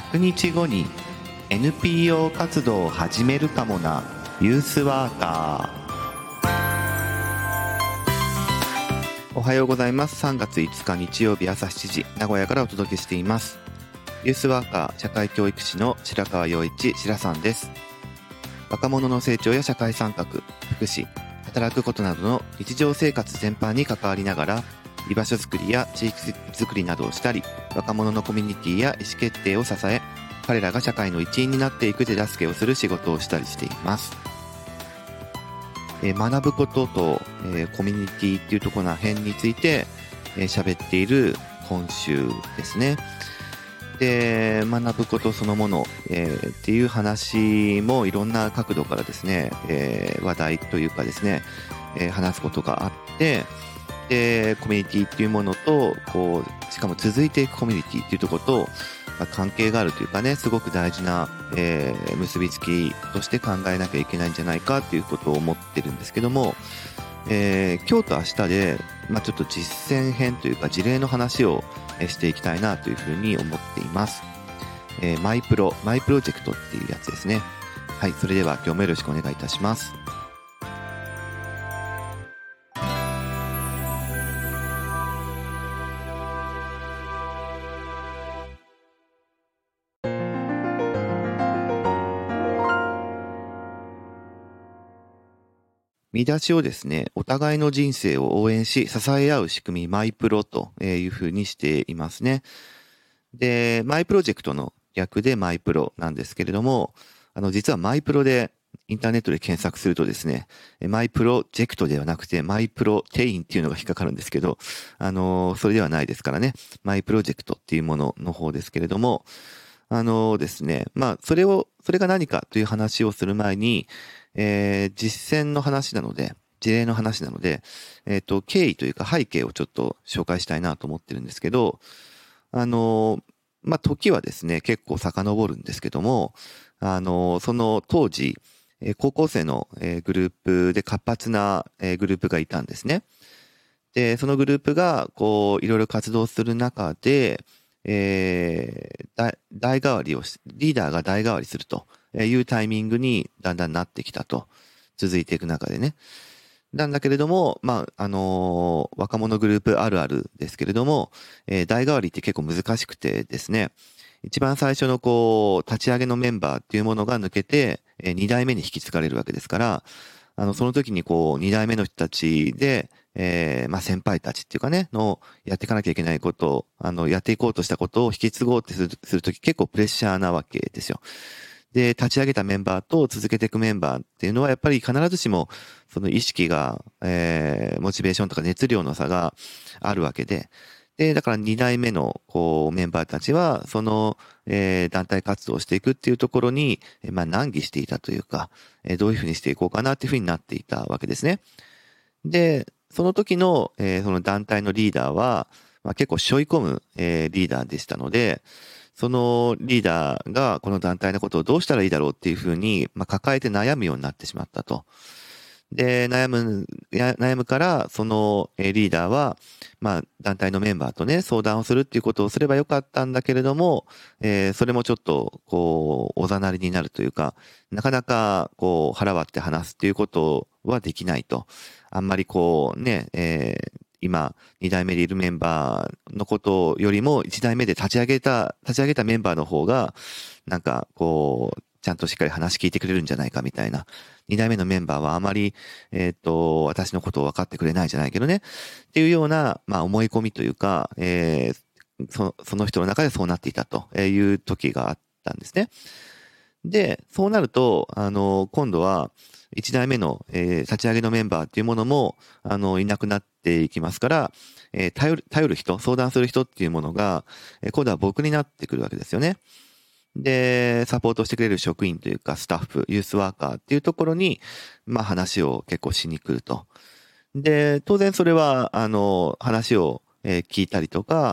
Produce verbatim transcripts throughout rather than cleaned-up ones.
ひゃくにちごに エヌピーオー 活動を始めるかもなユースワーカー。おはようございます。さんがついつか日曜日朝しちじ、名古屋からお届けしています。ユースワーカー社会教育士の白川陽一白さんです。若者の成長や社会参画、福祉、働くことなどの日常生活全般に関わりながら、居場所づくりや地域づくりなどをしたり、若者のコミュニティや意思決定を支え、彼らが社会の一員になっていく手助けをする仕事をしたりしています。えー、学ぶことと、えー、コミュニティっていうところの辺について喋、えー、っている今週ですね。で、学ぶことそのもの、えー、っていう話もいろんな角度からですね、えー、話題というかですね、えー、話すことがあって、でコミュニティっていうものとこうしかも続いていくコミュニティっていうところと、まあ、関係があるというかね、すごく大事な、えー、結びつきとして考えなきゃいけないんじゃないかっていうことを思ってるんですけども、えー、今日と明日で、まあ、ちょっと実践編というか事例の話をしていきたいなというふうに思っています。えー、マイプロマイプロジェクトっていうやつですね。はい、それでは今日もよろしくお願いいたします。見出しをですね、お互いの人生を応援し支え合う仕組みマイプロというふうにしていますね。で、マイプロジェクトの略でマイプロなんですけれども、あの実はマイプロでインターネットで検索するとですね、マイプロジェクトではなくてマイプロテインっていうのが引っかかるんですけど、あのそれではないですからね、マイプロジェクトっていうものの方ですけれども、あのですね、まあそれをそれが何かという話をする前に、えー、実践の話なので、事例の話なので、えっと、経緯というか背景をちょっと紹介したいなと思ってるんですけど、あの、まあ、時はですね、結構遡るんですけども、あの、その当時、えー、高校生の、えー、グループで活発な、えー、グループがいたんですね。で、そのグループが、こう、いろいろ活動する中で、えー、代代替わりをし、リーダーが代替わりするというタイミングにだんだんなってきたと。続いていく中でね。なんだけれども、まあ、あのー若者グループあるあるですけれども、えー、代替わりって結構難しくてですね、一番最初のこう、立ち上げのメンバーっていうものが抜けて、えー、二代目に引き継がれるわけですから、あの、その時にこう、二代目の人たちで、えー、まあ、先輩たちっていうかね、の、やっていかなきゃいけないことを、あの、やっていこうとしたことを引き継ごうってする、するとき結構プレッシャーなわけですよ。で、立ち上げたメンバーと続けていくメンバーっていうのは、やっぱり必ずしも、その意識が、えー、モチベーションとか熱量の差があるわけで、で、だから二代目の、こう、メンバーたちは、その、えー、団体活動をしていくっていうところに、えー、まあ、難儀していたというか、えー、どういうふうにしていこうかなっていうふうになっていたわけですね。で、その時の、えー、その団体のリーダーは、まあ、結構背負い込む、えー、リーダーでしたので、そのリーダーがこの団体のことをどうしたらいいだろうっていうふうに、まあ、抱えて悩むようになってしまったと。で、悩む、悩むから、そのリーダーは、まあ、団体のメンバーとね、相談をするっていうことをすればよかったんだけれども、えー、それもちょっと、こう、おざなりになるというか、なかなか、こう、腹割って話すっていうことはできないと。あんまりこう、ね、えー、今、二代目でいるメンバーのことよりも、一代目で立ち上げた、立ち上げたメンバーの方が、なんか、こう、ちゃんとしっかり話聞いてくれるんじゃないかみたいな。二代目のメンバーはあまり、えっと、私のことを分かってくれないじゃないけどね。っていうような、まあ、思い込みというか、えー、そ、その人の中でそうなっていたという時があったんですね。で、そうなると、あの、今度は、一代目の、えー、立ち上げのメンバーっていうものも、あの、いなくなっていきますから、えー、頼る、頼る人、相談する人っていうものが、えー、今度は僕になってくるわけですよね。で、サポートしてくれる職員というかスタッフ、ユースワーカーっていうところに、まあ話を結構しに来ると。で、当然それは、あの、話を、えー聞いたりとか、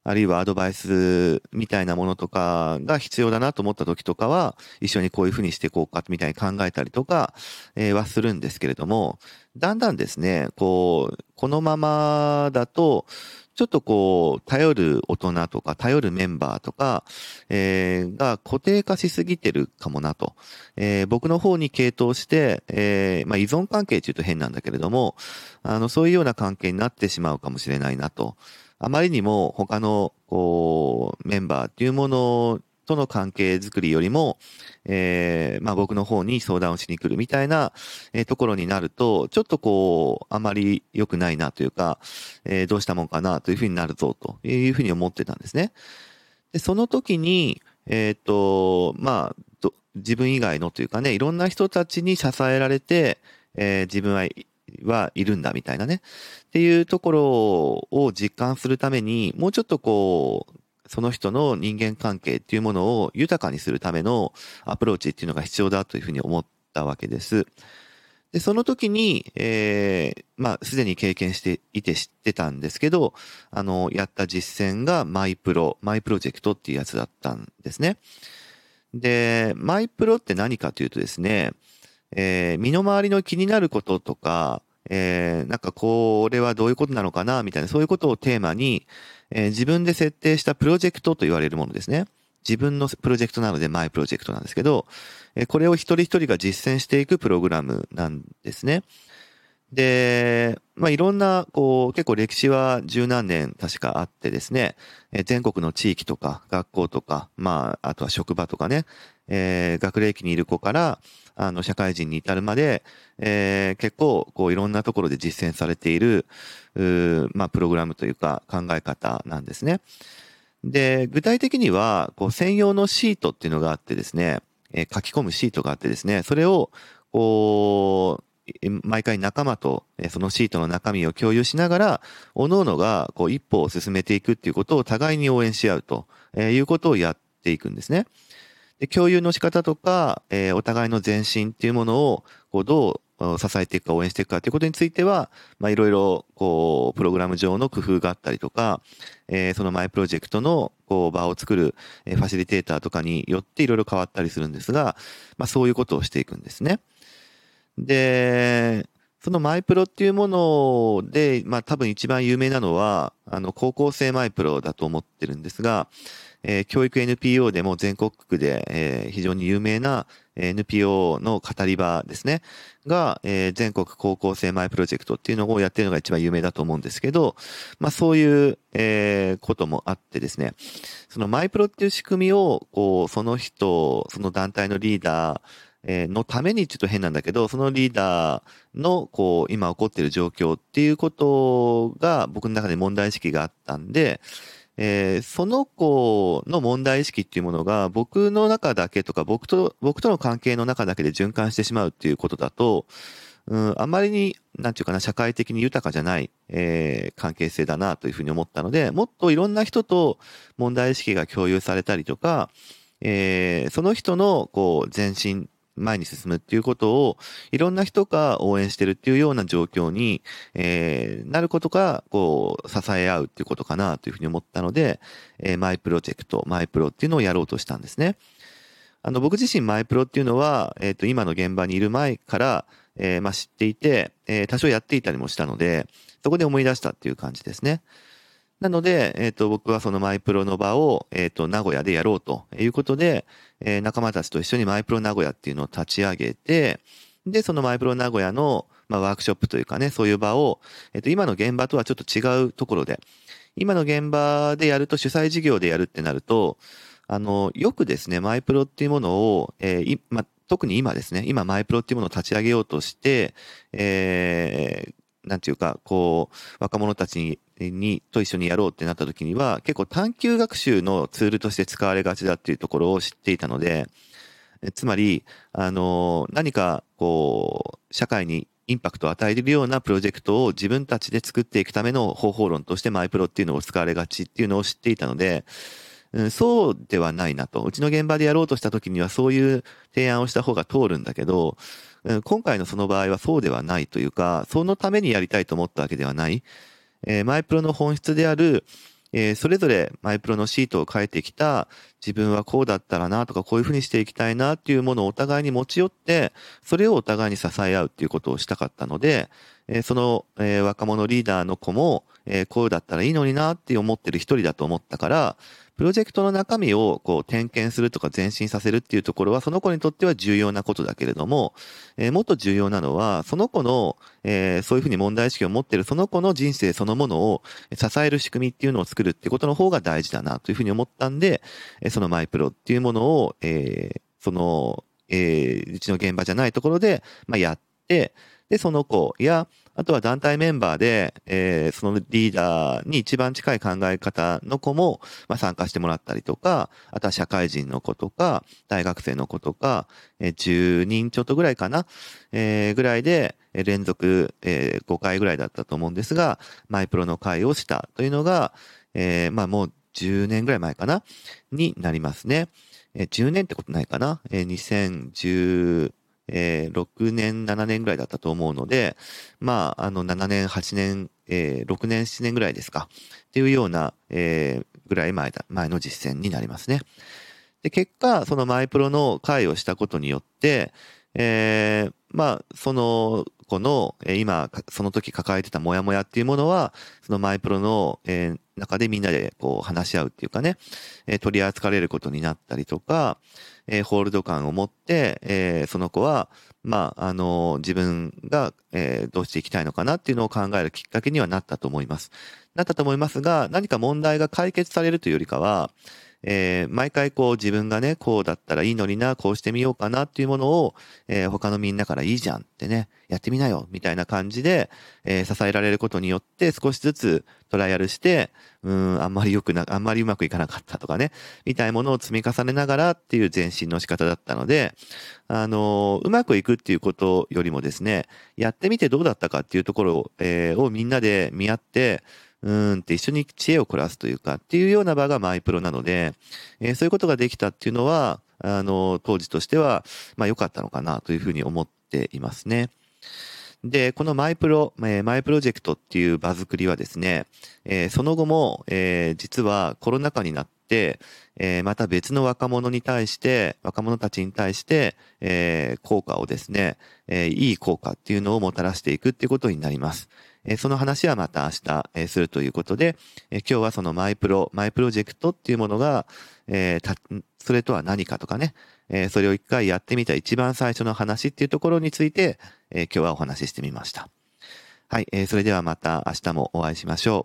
あるいはアドバイスみたいなものとかが必要だなと思った時とかは、一緒にこういうふうにしていこうかみたいに考えたりとか、えーはするんですけれども、だんだんですね、こう、このままだと、ちょっとこう、頼る大人とか、頼るメンバーとか、えーが固定化しすぎてるかもなと。えー僕の方に傾倒して、えーまあ依存関係っていうと変なんだけれども、あの、そういうような関係になってしまうかもしれないなと。あまりにも他の、こう、メンバーっていうものとの関係づくりよりも、えーまあ僕の方に相談をしに来るみたいな、えーところになると、ちょっとこう、あまり良くないなというか、えーどうしたもんかなというふうになるぞというふうに思ってたんですね。で、その時に、えっと、まあ、ど自分以外のというかね、いろんな人たちに支えられて、えー自分はいはいるんだみたいなね。っていうところを実感するために、もうちょっとこう、その人の人間関係っていうものを豊かにするためのアプローチっていうのが必要だというふうに思ったわけです。で、その時に、えー、まあ、すでに経験していて知ってたんですけど、あの、やった実践がマイプロ、マイプロジェクトっていうやつだったんですね。で、マイプロって何かというとですね、えー身の回りの気になることとか、えーなんかこれはどういうことなのかなみたいな、そういうことをテーマに、えー自分で設定したプロジェクトと言われるものですね。自分のプロジェクトなのでマイプロジェクトなんですけど、えーこれを一人一人が実践していくプログラムなんですね。で、まあ、いろんな、こう、結構歴史は十何年確かあってですね、えー全国の地域とか学校とか、まあ、あとは職場とかね、えー学齢期にいる子から、あの、社会人に至るまで、えー結構、こう、いろんなところで実践されている、うーまあ、プログラムというか考え方なんですね。で、具体的には、こう、専用のシートっていうのがあってですね、えー書き込むシートがあってですね、それを、こう、え毎回仲間と、えーそのシートの中身を共有しながら、各々が、こう、一歩を進めていくっていうことを互いに応援し合うと、えーいうことをやっていくんですね。で、共有の仕方とか、えーお互いの前進っていうものを、こう、どう支えていくか応援していくかということについては、まあ、いろいろ、こう、プログラム上の工夫があったりとか、えーそのマイプロジェクトの、こう、場を作る、えーファシリテーターとかによっていろいろ変わったりするんですが、まあ、そういうことをしていくんですね。で、そのマイプロっていうもので、まあ多分一番有名なのは、あの、高校生マイプロだと思ってるんですが、えー教育 エヌピーオー でも全国区で、えー非常に有名な エヌピーオー の語り場ですね、が、えー全国高校生マイプロジェクトっていうのをやってるのが一番有名だと思うんですけど、まあそういう、えーこともあってですね、そのマイプロっていう仕組みを、こう、その人、その団体のリーダー、えーのためにちょっと変なんだけど、そのリーダーの、こう、今起こっている状況っていうことが僕の中で問題意識があったんで、えーその子の問題意識っていうものが僕の中だけとか僕と、僕との関係の中だけで循環してしまうっていうことだと、うん、あまりに、なんていうかな、社会的に豊かじゃない、えー関係性だなというふうに思ったので、もっといろんな人と問題意識が共有されたりとか、えーその人の、こう、前進、前に進むっていうことを、いろんな人が応援してるっていうような状況に、えーなることが、こう、支え合うっていうことかなというふうに思ったので、えーマイプロジェクト、マイプロっていうのをやろうとしたんですね。あの、僕自身マイプロっていうのは、えっと、今の現場にいる前から、えーまあ、知っていて、えー多少やっていたりもしたので、そこで思い出したっていう感じですね。なので、えっと、僕はそのマイプロの場を、えっと、名古屋でやろうということで、えー仲間たちと一緒にマイプロ名古屋っていうのを立ち上げて、で、そのマイプロ名古屋の、まあ、ワークショップというかね、そういう場を、えっと、今の現場とはちょっと違うところで、今の現場でやると主催事業でやるってなると、あの、よくですね、マイプロっていうものを、えーいまあ、特に今ですね、今マイプロっていうものを立ち上げようとして、えーなんていうか、こう、若者たちに、に、と一緒にやろうってなった時には、結構探究学習のツールとして使われがちだっていうところを知っていたので、えつまり、あの、何か、こう、社会にインパクトを与えるようなプロジェクトを自分たちで作っていくための方法論としてマイプロっていうのを使われがちっていうのを知っていたので、うん、そうではないなと。うちの現場でやろうとした時にはそういう提案をした方が通るんだけど、うん今回のその場合はそうではないというか、そのためにやりたいと思ったわけではない。えーマイプロの本質である、 えーそれぞれマイプロのシートを書いてきた自分はこうだったらなとかこういうふうにしていきたいなっていうものをお互いに持ち寄ってそれをお互いに支え合うっていうことをしたかったので、えーその、えー若者リーダーの子も、えーこうだったらいいのになって思ってる一人だと思ったからプロジェクトの中身をこう点検するとか前進させるっていうところはその子にとっては重要なことだけれども、えーもっと重要なのはその子の、えーそういうふうに問題意識を持っているその子の人生そのものを支える仕組みっていうのを作るっていうことの方が大事だなというふうに思ったんで、えーそのマイプロっていうものを、えーその、えーうちの現場じゃないところで、まあ、やって、で、その子や、あとは団体メンバーで、えーそのリーダーに一番近い考え方の子も、まあ、参加してもらったりとか、あとは社会人の子とか、大学生の子とか、えーじゅうにんちょっとぐらいかな、えーぐらいで、えー連続、えーごかいぐらいだったと思うんですが、マイプロの会をしたというのが、えーまあもうじゅうねんぐらい前かな、になりますね。えーじゅうねんってことないかな、えーにせんじゅうえーろくねん、ななねんぐらいだったと思うので、まあ、あの、ななねん、はちねん、えーろくねん、ななねんぐらいですか。っていうような、えーぐらい前だ、前の実践になりますね。で、結果、そのマイプロの会をしたことによって、えーまあ、その子の、えー今、かその時抱えてたモヤモヤっていうものは、そのマイプロの、えー中でみんなでこう話し合うっていうかね、えー取り扱われることになったりとか、えーホールド感を持って、えーその子は、まあ、あの、自分が、えーどうしていきたいのかなっていうのを考えるきっかけにはなったと思います。なったと思いますが、何か問題が解決されるというよりかは、えー毎回こう自分がね、こうだったらいいのにな、こうしてみようかなっていうものを、えー他のみんなからいいじゃんってね、やってみなよ、みたいな感じで、えー支えられることによって少しずつトライアルして、うーん、あんまり良くな、あんまりうまくいかなかったとかね、みたいなものを積み重ねながらっていう前進の仕方だったので、あのーうまくいくっていうことよりもですね、やってみてどうだったかっていうところを、えーをみんなで見合って、うーんって一緒に知恵を凝らすというかっていうような場がマイプロなので、えーそういうことができたっていうのは、あの、当時としては、まあ良かったのかなというふうに思っていますね。で、このマイプロ、えーマイプロジェクトっていう場作りはですね、えーその後も、えー実はコロナ禍になって、えーまた別の若者に対して、若者たちに対して、えー効果をですね、えーいい効果っていうのをもたらしていくっていうことになります。えーその話はまた明日、えーするということで、えー今日はそのマイプロ、マイプロジェクトっていうものが、えーたそれとは何かとかね、えーそれを一回やってみた一番最初の話っていうところについて、えー今日はお話ししてみました。はい、えーそれではまた明日もお会いしましょ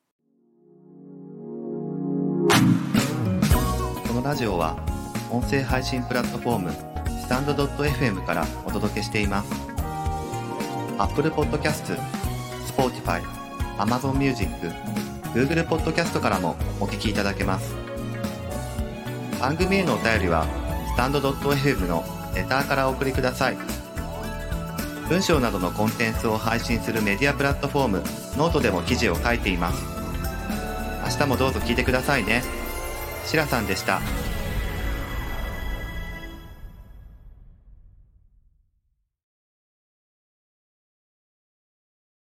う。このラジオは音声配信プラットフォームスタンド ドットエフエム からお届けしています。Apple Podcast、Spotify、Amazon Music、Google Podcast からもお聞きいただけます。番組へのお便りはスタンド ドットエフエム のレターからお送りください。文章などのコンテンツを配信するメディアプラットフォームノートでも記事を書いています。明日もどうぞ聞いてくださいね。しらさんでした。